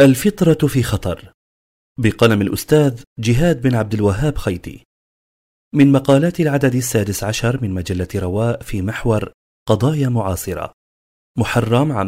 الفطرة في خطر، بقلم الأستاذ جهاد بن عبد الوهاب خيتي، من مقالات العدد 16 من مجلة رواء في محور قضايا معاصرة، محرم عام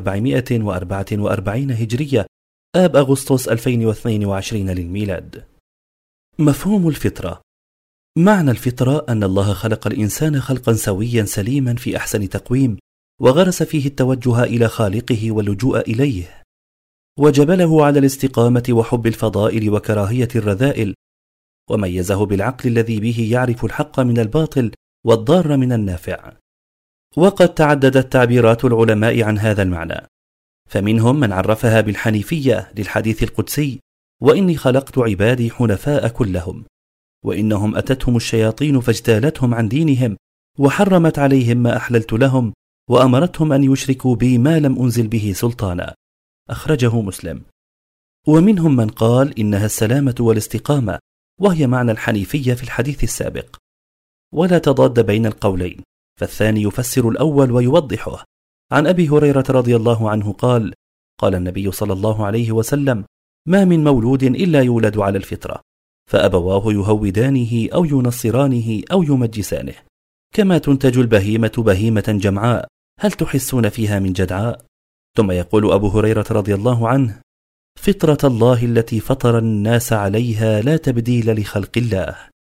1444 هجرية، آب أغسطس 2022 للميلاد. مفهوم الفطرة. معنى الفطرة أن الله خلق الإنسان خلقا سويا سليما في أحسن تقويم، وغرس فيه التوجه إلى خالقه واللجوء إليه، وجبله على الاستقامة وحب الفضائل وكراهية الرذائل، وميزه بالعقل الذي به يعرف الحق من الباطل والضار من النافع. وقد تعددت تعبيرات العلماء عن هذا المعنى، فمنهم من عرفها بالحنيفية للحديث القدسي: وإني خلقت عبادي حنفاء كلهم، وإنهم أتتهم الشياطين فاجتالتهم عن دينهم، وحرمت عليهم ما أحللت لهم، وأمرتهم أن يشركوا بي ما لم أنزل به سلطانا، أخرجه مسلم. ومنهم من قال إنها السلامة والاستقامة، وهي معنى الحنيفية في الحديث السابق، ولا تضاد بين القولين، فالثاني يفسر الأول ويوضحه. عن أبي هريرة رضي الله عنه قال: قال النبي صلى الله عليه وسلم: ما من مولود إلا يولد على الفطرة، فأبواه يهودانه أو ينصرانه أو يمجسانه، كما تنتج البهيمة بهيمة جمعاء، هل تحسون فيها من جدعاء؟ ثم يقول أبو هريرة رضي الله عنه: فطرة الله التي فطر الناس عليها لا تبديل لخلق الله،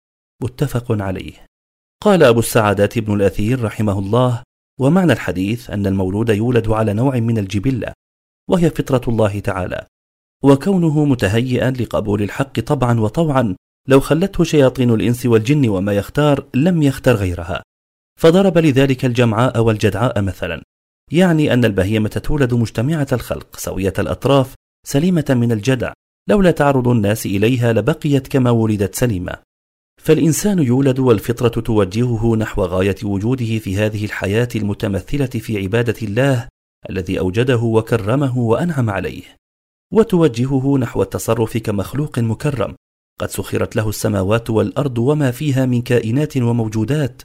متفق عليه. قال أبو السعادات بن الأثير رحمه الله: ومعنى الحديث أن المولود يولد على نوع من الجبلة، وهي فطرة الله تعالى، وكونه متهيئا لقبول الحق طبعا وطوعا، لو خلته شياطين الإنس والجن وما يختار لم يختر غيرها، فضرب لذلك الجمعاء والجدعاء مثلا، يعني أن البهيمة تولد مجتمعة الخلق سوية الأطراف سليمة من الجدع، لولا تعرض الناس إليها لبقيت كما ولدت سليمة. فالإنسان يولد والفطرة توجهه نحو غاية وجوده في هذه الحياة المتمثلة في عبادة الله الذي أوجده وكرمه وأنعم عليه، وتوجهه نحو التصرف كمخلوق مكرم قد سخرت له السماوات والأرض وما فيها من كائنات وموجودات،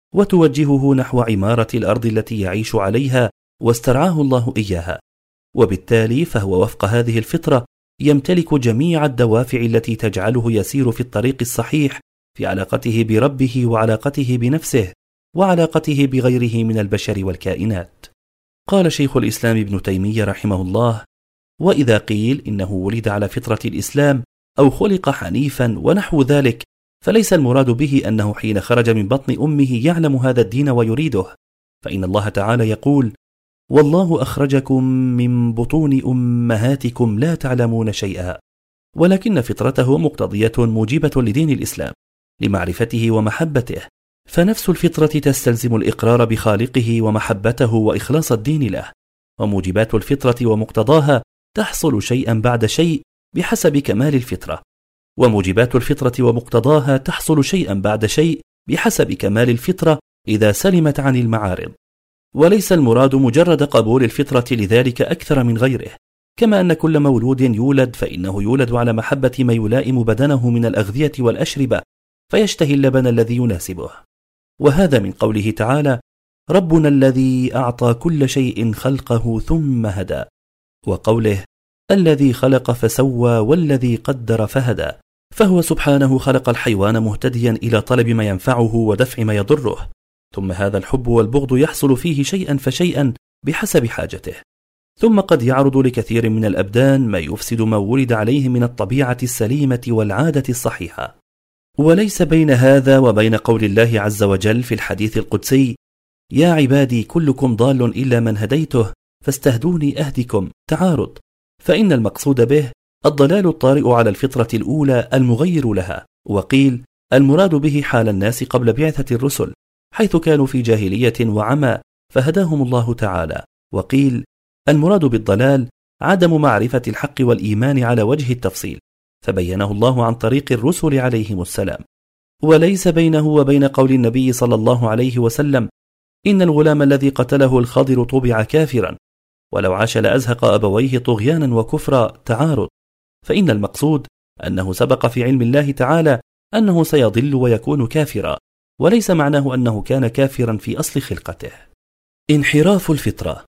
وتوجهه نحو عمارة الأرض التي يعيش عليها واسترعاه الله إياها، وبالتالي فهو وفق هذه الفطرة يمتلك جميع الدوافع التي تجعله يسير في الطريق الصحيح في علاقته بربه وعلاقته بنفسه وعلاقته بغيره من البشر والكائنات. قال شيخ الإسلام ابن تيمية رحمه الله: وإذا قيل إنه ولد على فطرة الإسلام أو خلق حنيفا ونحو ذلك، فليس المراد به أنه حين خرج من بطن أمه يعلم هذا الدين ويريده، فإن الله تعالى يقول: والله أخرجكم من بطون أمهاتكم لا تعلمون شيئا، ولكن فطرته مقتضية موجبة لدين الإسلام لمعرفته ومحبته، فنفس الفطرة تستلزم الإقرار بخالقه ومحبته وإخلاص الدين له، وموجبات الفطرة ومقتضاها تحصل شيئا بعد شيء بحسب كمال الفطرة، وموجبات الفطرة ومقتضاها تحصل شيئا بعد شيء بحسب كمال الفطرة إذا سلمت عن المعارض. وليس المراد مجرد قبول الفطرة لذلك أكثر من غيره، كما أن كل مولود يولد فإنه يولد على محبة ما يلائم بدنه من الأغذية والأشربة، فيشتهي اللبن الذي يناسبه. وهذا من قوله تعالى: ربنا الذي أعطى كل شيء خلقه ثم هدى، وقوله: الذي خلق فسوى والذي قدر فهدى، فهو سبحانه خلق الحيوان مهتديا إلى طلب ما ينفعه ودفع ما يضره، ثم هذا الحب والبغض يحصل فيه شيئا فشيئا بحسب حاجته، ثم قد يعرض لكثير من الأبدان ما يفسد ما ولد عليه من الطبيعة السليمة والعادة الصحيحة. وليس بين هذا وبين قول الله عز وجل في الحديث القدسي: يا عبادي كلكم ضال إلا من هديته فاستهدوني أهدكم، تعارض، فإن المقصود به الضلال الطارئ على الفطرة الأولى المغير لها، وقيل المراد به حال الناس قبل بعثة الرسل، حيث كانوا في جاهلية وعمى فهداهم الله تعالى، وقيل المراد بالضلال عدم معرفة الحق والإيمان على وجه التفصيل، فبينه الله عن طريق الرسل عليهم السلام. وليس بينه وبين قول النبي صلى الله عليه وسلم: إن الغلام الذي قتله الخضر طبع كافرا، ولو عاش لأزهق أبويه طغيانا وكفرا، تعارض، فإن المقصود أنه سبق في علم الله تعالى أنه سيضل ويكون كافرا، وليس معناه أنه كان كافرا في أصل خلقته. انحراف الفطرة.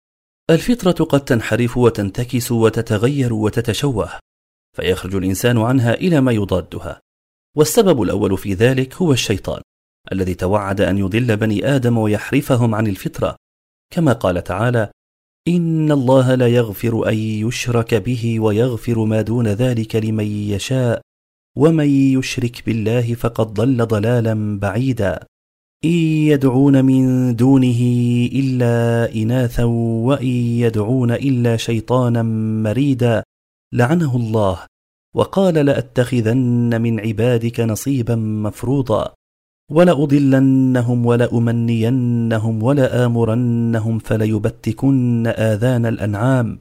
الفطرة قد تنحرف وتنتكس وتتغير وتتشوه، فيخرج الإنسان عنها إلى ما يضادها، والسبب الأول في ذلك هو الشيطان الذي توعد أن يضل بني آدم ويحرفهم عن الفطرة، كما قال تعالى: إن الله لا يغفر أن يشرك به ويغفر ما دون ذلك لمن يشاء ومن يشرك بالله فقد ضل ضلالا بعيدا إن يدعون من دونه إلا إناثا وإن يدعون إلا شيطانا مريدا لعنه الله وقال لأتخذن من عبادك نصيبا مفروضا ولأضلنهم ولأمنينهم ولآمرنهم فليبتكن آذان الأنعام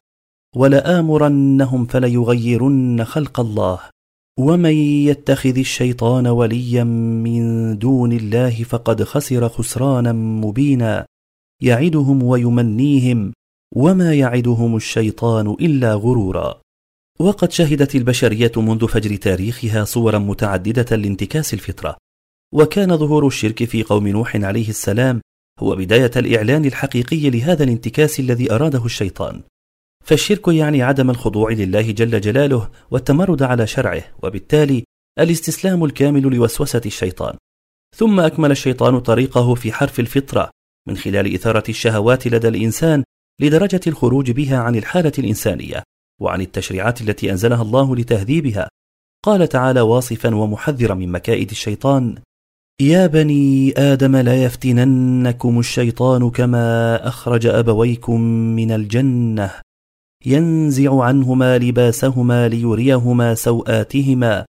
ولآمرنهم فليغيرن خلق الله ومن يتخذ الشيطان وليا من دون الله فقد خسر خسرانا مبينا يعدهم ويمنيهم وما يعدهم الشيطان إلا غرورا. وقد شهدت البشرية منذ فجر تاريخها صورا متعددة لانتكاس الفطرة، وكان ظهور الشرك في قوم نوح عليه السلام هو بداية الإعلان الحقيقي لهذا الانتكاس الذي أراده الشيطان. فالشرك يعني عدم الخضوع لله جل جلاله والتمرد على شرعه، وبالتالي الاستسلام الكامل لوسوسة الشيطان. ثم أكمل الشيطان طريقه في حرف الفطرة من خلال إثارة الشهوات لدى الإنسان لدرجة الخروج بها عن الحالة الإنسانية وعن التشريعات التي أنزلها الله لتهذيبها. قال تعالى واصفا ومحذرا من مكائد الشيطان: يا بني آدم لا يفتننكم الشيطان كما أخرج أبويكم من الجنة ينزع عنهما لباسهما ليريهما سوآتهما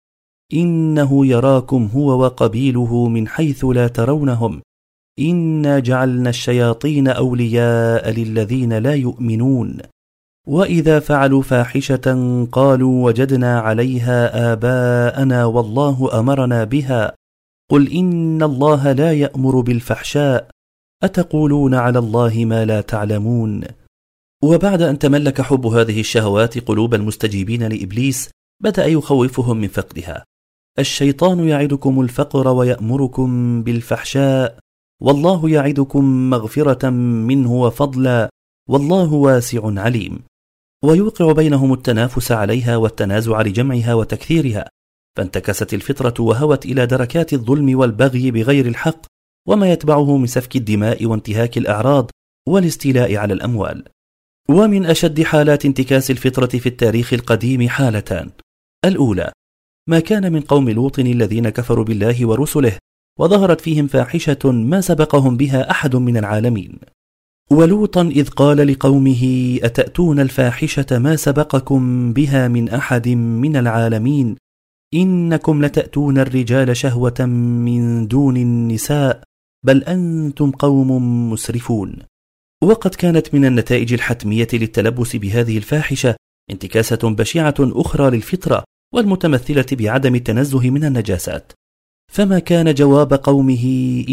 إنه يراكم هو وقبيله من حيث لا ترونهم إنا جعلنا الشياطين أولياء للذين لا يؤمنون وإذا فعلوا فاحشة قالوا وجدنا عليها آباءنا والله أمرنا بها قل إن الله لا يأمر بالفحشاء أتقولون على الله ما لا تعلمون. وبعد أن تملك حب هذه الشهوات قلوب المستجيبين لإبليس بدأ يخوفهم من فقدها. الشيطان يعدكم الفقر ويأمركم بالفحشاء والله يعدكم مغفرة منه وفضلا والله واسع عليم، ويوقع بينهم التنافس عليها والتنازع لجمعها وتكثيرها، فانتكست الفطرة وهوت إلى دركات الظلم والبغي بغير الحق وما يتبعه من سفك الدماء وانتهاك الأعراض والاستيلاء على الأموال. ومن أشد حالات انتكاس الفطرة في التاريخ القديم حالتان: الأولى ما كان من قوم لوط الذين كفروا بالله ورسله وظهرت فيهم فاحشة ما سبقهم بها أحد من العالمين. ولوطا إذ قال لقومه أتأتون الفاحشة ما سبقكم بها من أحد من العالمين إنكم لتأتون الرجال شهوة من دون النساء بل أنتم قوم مسرفون. وقد كانت من النتائج الحتمية للتلبس بهذه الفاحشة انتكاسة بشعة أخرى للفطرة والمتمثلة بعدم التنزه من النجاسات، فما كان جواب قومه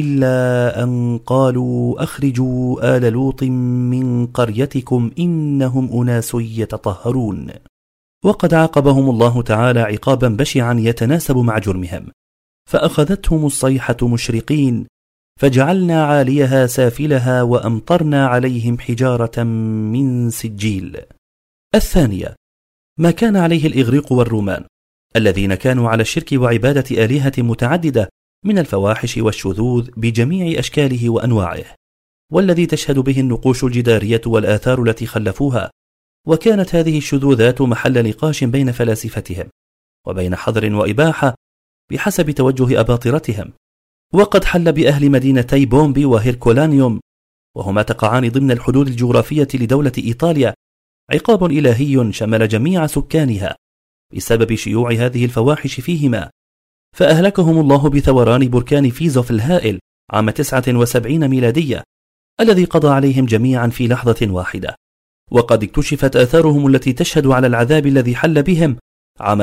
إلا أن قالوا أخرجوا آل لوط من قريتكم إنهم أناس يتطهرون. وقد عاقبهم الله تعالى عقابا بشعا يتناسب مع جرمهم، فأخذتهم الصيحة مشرقين فجعلنا عاليها سافلها وأمطرنا عليهم حجارة من سجيل. الثانية ما كان عليه الإغريق والرومان الذين كانوا على الشرك وعبادة آلهة متعددة من الفواحش والشذوذ بجميع أشكاله وأنواعه، والذي تشهد به النقوش الجدارية والآثار التي خلفوها. وكانت هذه الشذوذات محل نقاش بين فلاسفتهم وبين حظر وإباحة بحسب توجه أباطرتهم. وقد حل بأهل مدينتي بومبي وهيركولانيوم، وهما تقعان ضمن الحدود الجغرافية لدولة إيطاليا، عقاب إلهي شمل جميع سكانها بسبب شيوع هذه الفواحش فيهما، فأهلكهم الله بثوران بركان فيزوف الهائل عام 79 ميلادية الذي قضى عليهم جميعا في لحظة واحدة. وقد اكتشفت آثارهم التي تشهد على العذاب الذي حل بهم عام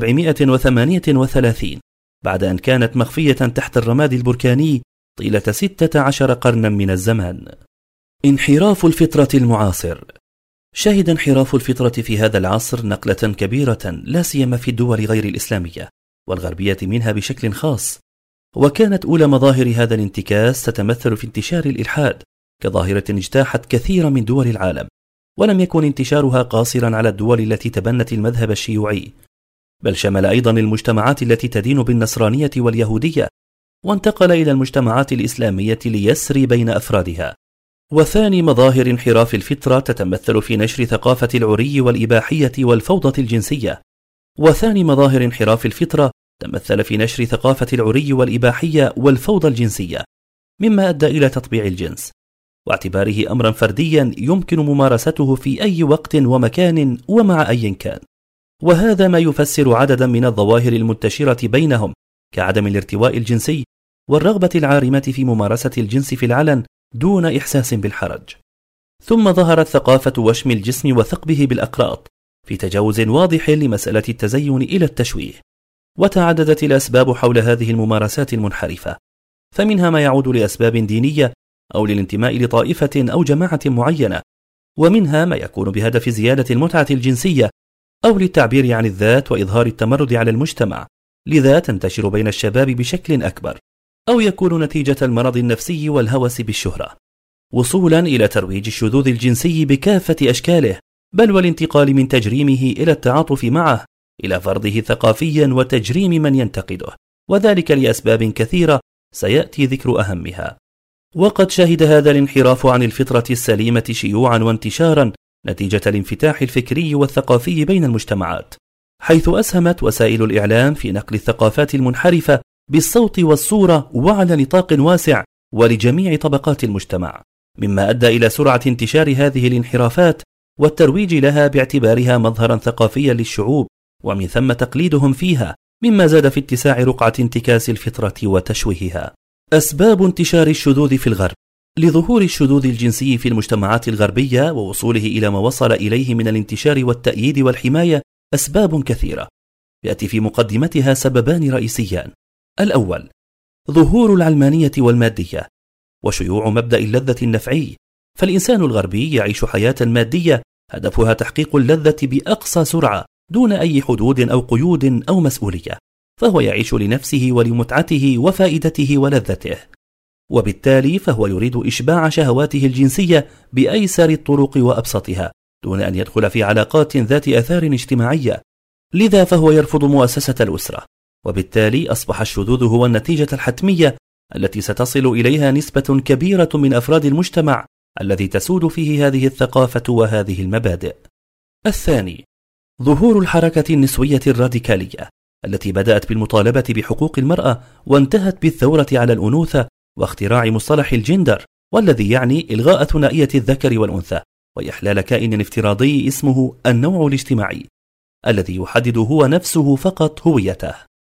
1738 بعد أن كانت مخفية تحت الرماد البركاني طيلة 16 قرنا من الزمان. انحراف الفطرة المعاصر. شهد انحراف الفطرة في هذا العصر نقلة كبيرة لا سيما في الدول غير الإسلامية والغربية منها بشكل خاص، وكانت أولى مظاهر هذا الانتكاس تتمثل في انتشار الإلحاد كظاهرة اجتاحت كثير من دول العالم ولم يكن انتشارها قاصرا على الدول التي تبنت المذهب الشيوعي، بل شمل أيضا المجتمعات التي تدين بالنصرانية واليهودية، وانتقل إلى المجتمعات الإسلامية ليسري بين أفرادها. وثاني مظاهر انحراف الفطرة تتمثل في نشر ثقافة العري والإباحية والفوضى الجنسية. وثاني مظاهر انحراف الفطرة تمثل في نشر ثقافة العري والإباحية والفوضى الجنسية، مما أدى إلى تطبيع الجنس واعتباره أمرا فرديا يمكن ممارسته في أي وقت ومكان ومع أي كان. وهذا ما يفسر عددا من الظواهر المنتشرة بينهم كعدم الارتواء الجنسي والرغبة العارمة في ممارسة الجنس في العلن دون إحساس بالحرج. ثم ظهرت ثقافة وشم الجسم وثقبه بالأقراط في تجاوز واضح لمسألة التزين إلى التشويه. وتعددت الأسباب حول هذه الممارسات المنحرفة، فمنها ما يعود لأسباب دينية أو للانتماء لطائفة أو جماعة معينة، ومنها ما يكون بهدف زيادة المتعة الجنسية أو للتعبير عن الذات وإظهار التمرد على المجتمع، لذا تنتشر بين الشباب بشكل أكبر، أو يكون نتيجة المرض النفسي والهوس بالشهرة، وصولا إلى ترويج الشذوذ الجنسي بكافة أشكاله، بل والانتقال من تجريمه إلى التعاطف معه، إلى فرضه ثقافيا وتجريم من ينتقده، وذلك لأسباب كثيرة سيأتي ذكر أهمها. وقد شهد هذا الانحراف عن الفطرة السليمة شيوعا وانتشارا نتيجة الانفتاح الفكري والثقافي بين المجتمعات، حيث أسهمت وسائل الإعلام في نقل الثقافات المنحرفة بالصوت والصورة وعلى نطاق واسع ولجميع طبقات المجتمع، مما أدى إلى سرعة انتشار هذه الانحرافات والترويج لها باعتبارها مظهرا ثقافيا للشعوب، ومن ثم تقليدهم فيها، مما زاد في اتساع رقعة انتكاس الفطرة وتشويهها. أسباب انتشار الشذوذ في الغرب. لظهور الشذوذ الجنسي في المجتمعات الغربية ووصوله إلى ما وصل إليه من الانتشار والتأييد والحماية أسباب كثيرة، يأتي في مقدمتها سببان رئيسيان. الأول ظهور العلمانية والمادية وشيوع مبدأ اللذة النفعي، فالإنسان الغربي يعيش حياة مادية هدفها تحقيق اللذة بأقصى سرعة دون أي حدود أو قيود أو مسؤولية، فهو يعيش لنفسه ولمتعته وفائدته ولذته، وبالتالي فهو يريد إشباع شهواته الجنسية بأيسر الطرق وأبسطها دون أن يدخل في علاقات ذات آثار اجتماعية، لذا فهو يرفض مؤسسة الأسرة، وبالتالي أصبح الشذوذ هو النتيجة الحتمية التي ستصل إليها نسبة كبيرة من أفراد المجتمع الذي تسود فيه هذه الثقافة وهذه المبادئ. الثاني ظهور الحركة النسوية الراديكالية التي بدأت بالمطالبة بحقوق المرأة وانتهت بالثورة على الأنوثة واختراع مصطلح الجندر، والذي يعني إلغاء ثنائية الذكر والأنثى وإحلال كائن افتراضي اسمه النوع الاجتماعي الذي يحدد هو نفسه فقط هويته،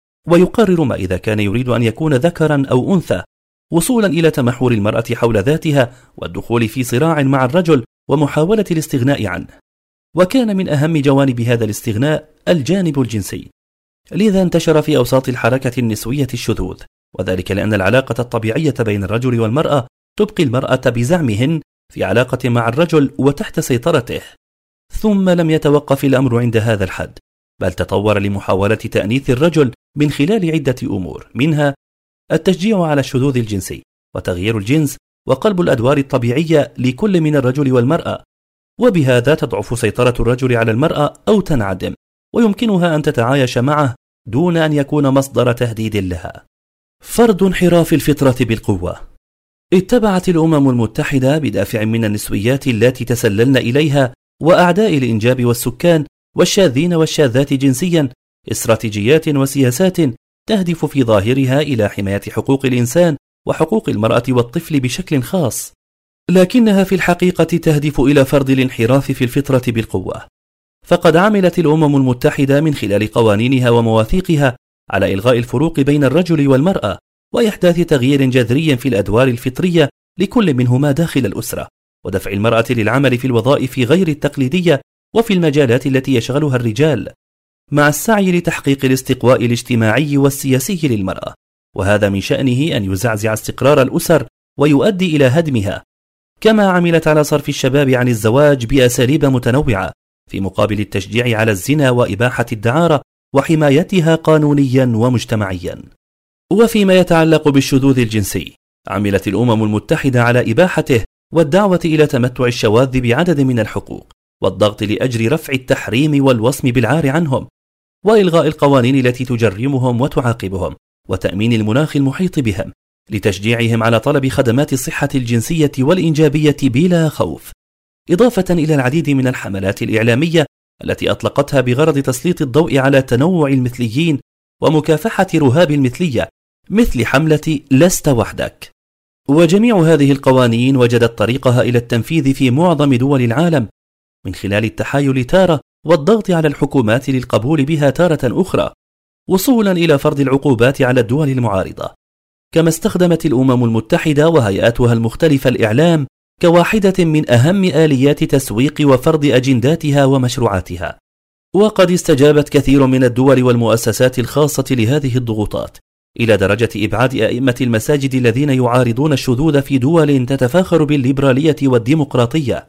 ويقرر ما إذا كان يريد أن يكون ذكرا أو أنثى، وصولا إلى تمحور المرأة حول ذاتها والدخول في صراع مع الرجل ومحاولة الاستغناء عنه. وكان من أهم جوانب هذا الاستغناء الجانب الجنسي، لذا انتشر في أوساط الحركة النسوية الشذوذ، وذلك لأن العلاقة الطبيعية بين الرجل والمرأة تبقي المرأة بزعمهن في علاقة مع الرجل وتحت سيطرته. ثم لم يتوقف الأمر عند هذا الحد، بل تطور لمحاولة تأنيث الرجل من خلال عدة أمور، منها التشجيع على الشذوذ الجنسي وتغيير الجنس وقلب الأدوار الطبيعية لكل من الرجل والمرأة، وبهذا تضعف سيطرة الرجل على المرأة أو تنعدم، ويمكنها أن تتعايش معه دون أن يكون مصدر تهديد لها. فرض انحراف الفطرة بالقوة. اتبعت الأمم المتحدة بدافع من النسويات التي تسللن إليها وأعداء الإنجاب والسكان والشاذين والشاذات جنسيا استراتيجيات وسياسات تهدف في ظاهرها إلى حماية حقوق الإنسان وحقوق المرأة والطفل بشكل خاص، لكنها في الحقيقة تهدف إلى فرض الانحراف في الفطرة بالقوة. فقد عملت الأمم المتحدة من خلال قوانينها ومواثيقها على إلغاء الفروق بين الرجل والمرأة وإحداث تغيير جذري في الأدوار الفطرية لكل منهما داخل الأسرة، ودفع المرأة للعمل في الوظائف غير التقليدية وفي المجالات التي يشغلها الرجال، مع السعي لتحقيق الاستقواء الاجتماعي والسياسي للمرأة، وهذا من شأنه أن يزعزع استقرار الأسر ويؤدي إلى هدمها. كما عملت على صرف الشباب عن الزواج بأساليب متنوعة في مقابل التشجيع على الزنا وإباحة الدعارة وحمايتها قانونيا ومجتمعيا. وفيما يتعلق بالشذوذ الجنسي، عملت الأمم المتحدة على إباحته والدعوة إلى تمتع الشواذ بعدد من الحقوق، والضغط لأجل رفع التحريم والوصم بالعار عنهم، وإلغاء القوانين التي تجرمهم وتعاقبهم، وتأمين المناخ المحيط بهم، لتشجيعهم على طلب خدمات الصحة الجنسية والإنجابية بلا خوف، إضافة إلى العديد من الحملات الإعلامية التي أطلقتها بغرض تسليط الضوء على تنوع المثليين ومكافحة رهاب المثلية، مثل حملة لست وحدك. وجميع هذه القوانين وجدت طريقها إلى التنفيذ في معظم دول العالم من خلال التحايل تارة والضغط على الحكومات للقبول بها تارة أخرى، وصولا إلى فرض العقوبات على الدول المعارضة. كما استخدمت الأمم المتحدة وهيئاتها المختلفة الإعلام كواحدة من أهم آليات تسويق وفرض أجنداتها ومشروعاتها. وقد استجابت كثير من الدول والمؤسسات الخاصة لهذه الضغوطات، إلى درجة إبعاد أئمة المساجد الذين يعارضون الشذوذ في دول تتفاخر بالليبرالية والديمقراطية،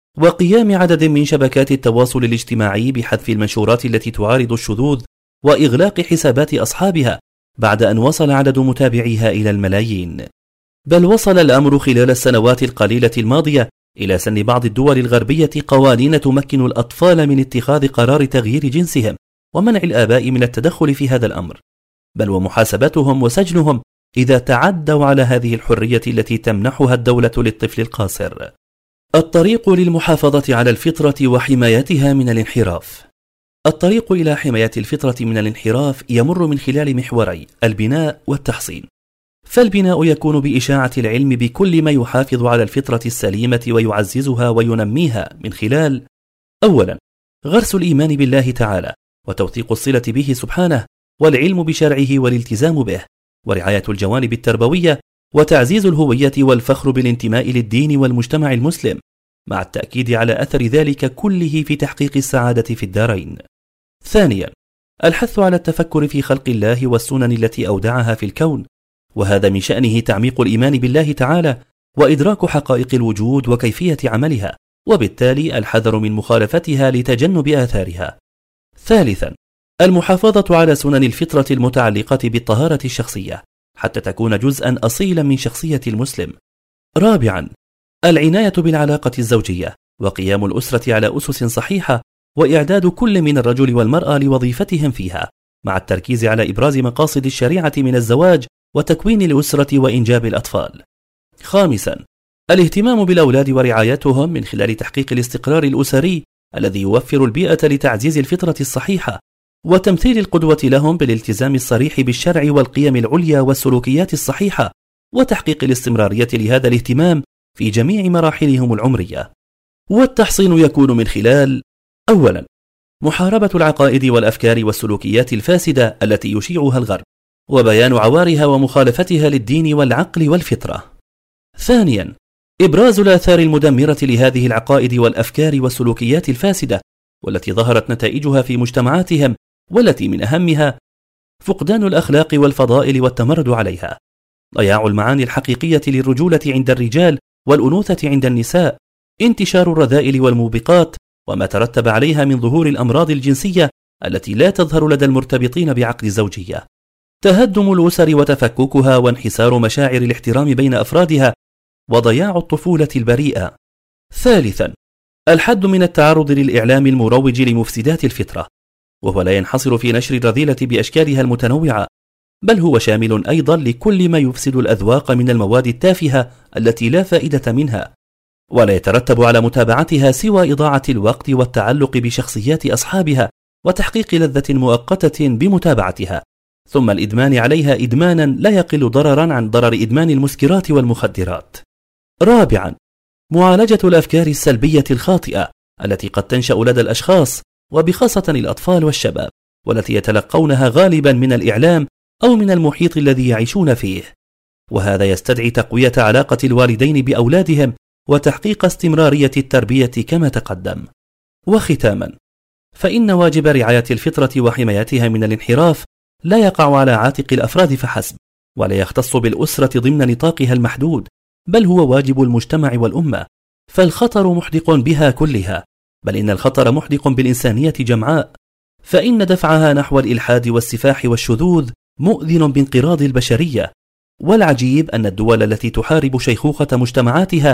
وقيام عدد من شبكات التواصل الاجتماعي بحذف المنشورات التي تعارض الشذوذ وإغلاق حسابات أصحابها بعد أن وصل عدد متابعيها إلى الملايين. بل وصل الأمر خلال السنوات القليلة الماضية إلى سن بعض الدول الغربية قوانين تمكن الأطفال من اتخاذ قرار تغيير جنسهم ومنع الآباء من التدخل في هذا الأمر، بل ومحاسبتهم وسجنهم إذا تعدوا على هذه الحرية التي تمنحها الدولة للطفل القاصر. الطريق للمحافظة على الفطرة وحمايتها من الانحراف. الطريق إلى حماية الفطرة من الانحراف يمر من خلال محوري البناء والتحصين. فالبناء يكون بإشاعة العلم بكل ما يحافظ على الفطرة السليمة ويعززها وينميها من خلال: أولا، غرس الإيمان بالله تعالى وتوثيق الصلة به سبحانه والعلم بشرعه والالتزام به، ورعاية الجوانب التربوية وتعزيز الهوية والفخر بالانتماء للدين والمجتمع المسلم، مع التأكيد على أثر ذلك كله في تحقيق السعادة في الدارين. ثانيا، الحث على التفكر في خلق الله والسنن التي أودعها في الكون، وهذا من شأنه تعميق الإيمان بالله تعالى وإدراك حقائق الوجود وكيفية عملها، وبالتالي الحذر من مخالفتها لتجنب آثارها. ثالثا، المحافظة على سنن الفطرة المتعلقة بالطهارة الشخصية حتى تكون جزءا أصيلا من شخصية المسلم. رابعا، العناية بالعلاقة الزوجية وقيام الأسرة على أسس صحيحة وإعداد كل من الرجل والمرأة لوظيفتهم فيها، مع التركيز على إبراز مقاصد الشريعة من الزواج وتكوين الأسرة وإنجاب الأطفال. خامسا، الاهتمام بالأولاد ورعايتهم من خلال تحقيق الاستقرار الأسري الذي يوفر البيئة لتعزيز الفطرة الصحيحة وتمثيل القدوة لهم بالالتزام الصريح بالشرع والقيم العليا والسلوكيات الصحيحة، وتحقيق الاستمرارية لهذا الاهتمام في جميع مراحلهم العمرية. والتحصين يكون من خلال: أولا، محاربة العقائد والأفكار والسلوكيات الفاسدة التي يشيعها الغرب وبيان عوارها ومخالفتها للدين والعقل والفطرة. ثانيا، إبراز الآثار المدمرة لهذه العقائد والأفكار والسلوكيات الفاسدة والتي ظهرت نتائجها في مجتمعاتهم، والتي من أهمها فقدان الأخلاق والفضائل والتمرد عليها، ضياع المعاني الحقيقية للرجولة عند الرجال والأنوثة عند النساء، انتشار الرذائل والموبقات وما ترتب عليها من ظهور الأمراض الجنسية التي لا تظهر لدى المرتبطين بعقد الزوجية، تهدم الأسر وتفككها وانحسار مشاعر الاحترام بين أفرادها، وضياع الطفولة البريئة. ثالثا، الحد من التعرض للإعلام المروج لمفسدات الفطرة، وهو لا ينحصر في نشر الرذيلة بأشكالها المتنوعة، بل هو شامل أيضا لكل ما يفسد الأذواق من المواد التافهة التي لا فائدة منها، ولا يترتب على متابعتها سوى إضاعة الوقت والتعلق بشخصيات أصحابها وتحقيق لذة مؤقتة بمتابعتها، ثم الإدمان عليها إدمانا لا يقل ضررا عن ضرر إدمان المسكرات والمخدرات. رابعا، معالجة الأفكار السلبية الخاطئة التي قد تنشأ لدى الأشخاص وبخاصة الأطفال والشباب، والتي يتلقونها غالبا من الإعلام أو من المحيط الذي يعيشون فيه، وهذا يستدعي تقوية علاقة الوالدين بأولادهم وتحقيق استمرارية التربية كما تقدم. وختاما، فإن واجب رعاية الفطرة وحمايتها من الانحراف لا يقع على عاتق الأفراد فحسب، ولا يختص بالأسرة ضمن نطاقها المحدود، بل هو واجب المجتمع والأمة، فالخطر محدق بها كلها، بل إن الخطر محدق بالإنسانية جمعاء، فإن دفعها نحو الإلحاد والسفاح والشذوذ مؤذن بانقراض البشرية. والعجيب أن الدول التي تحارب شيخوخة مجتمعاتها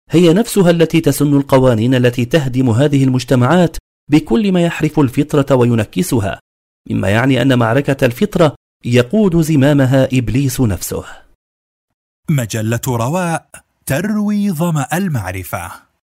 هي نفسها التي تسن القوانين التي تهدم هذه المجتمعات بكل ما يحرف الفطرة وينكسها، مما يعني أن معركة الفطرة يقود زمامها إبليس نفسه. مجلة رواء تروي ظمأ المعرفة.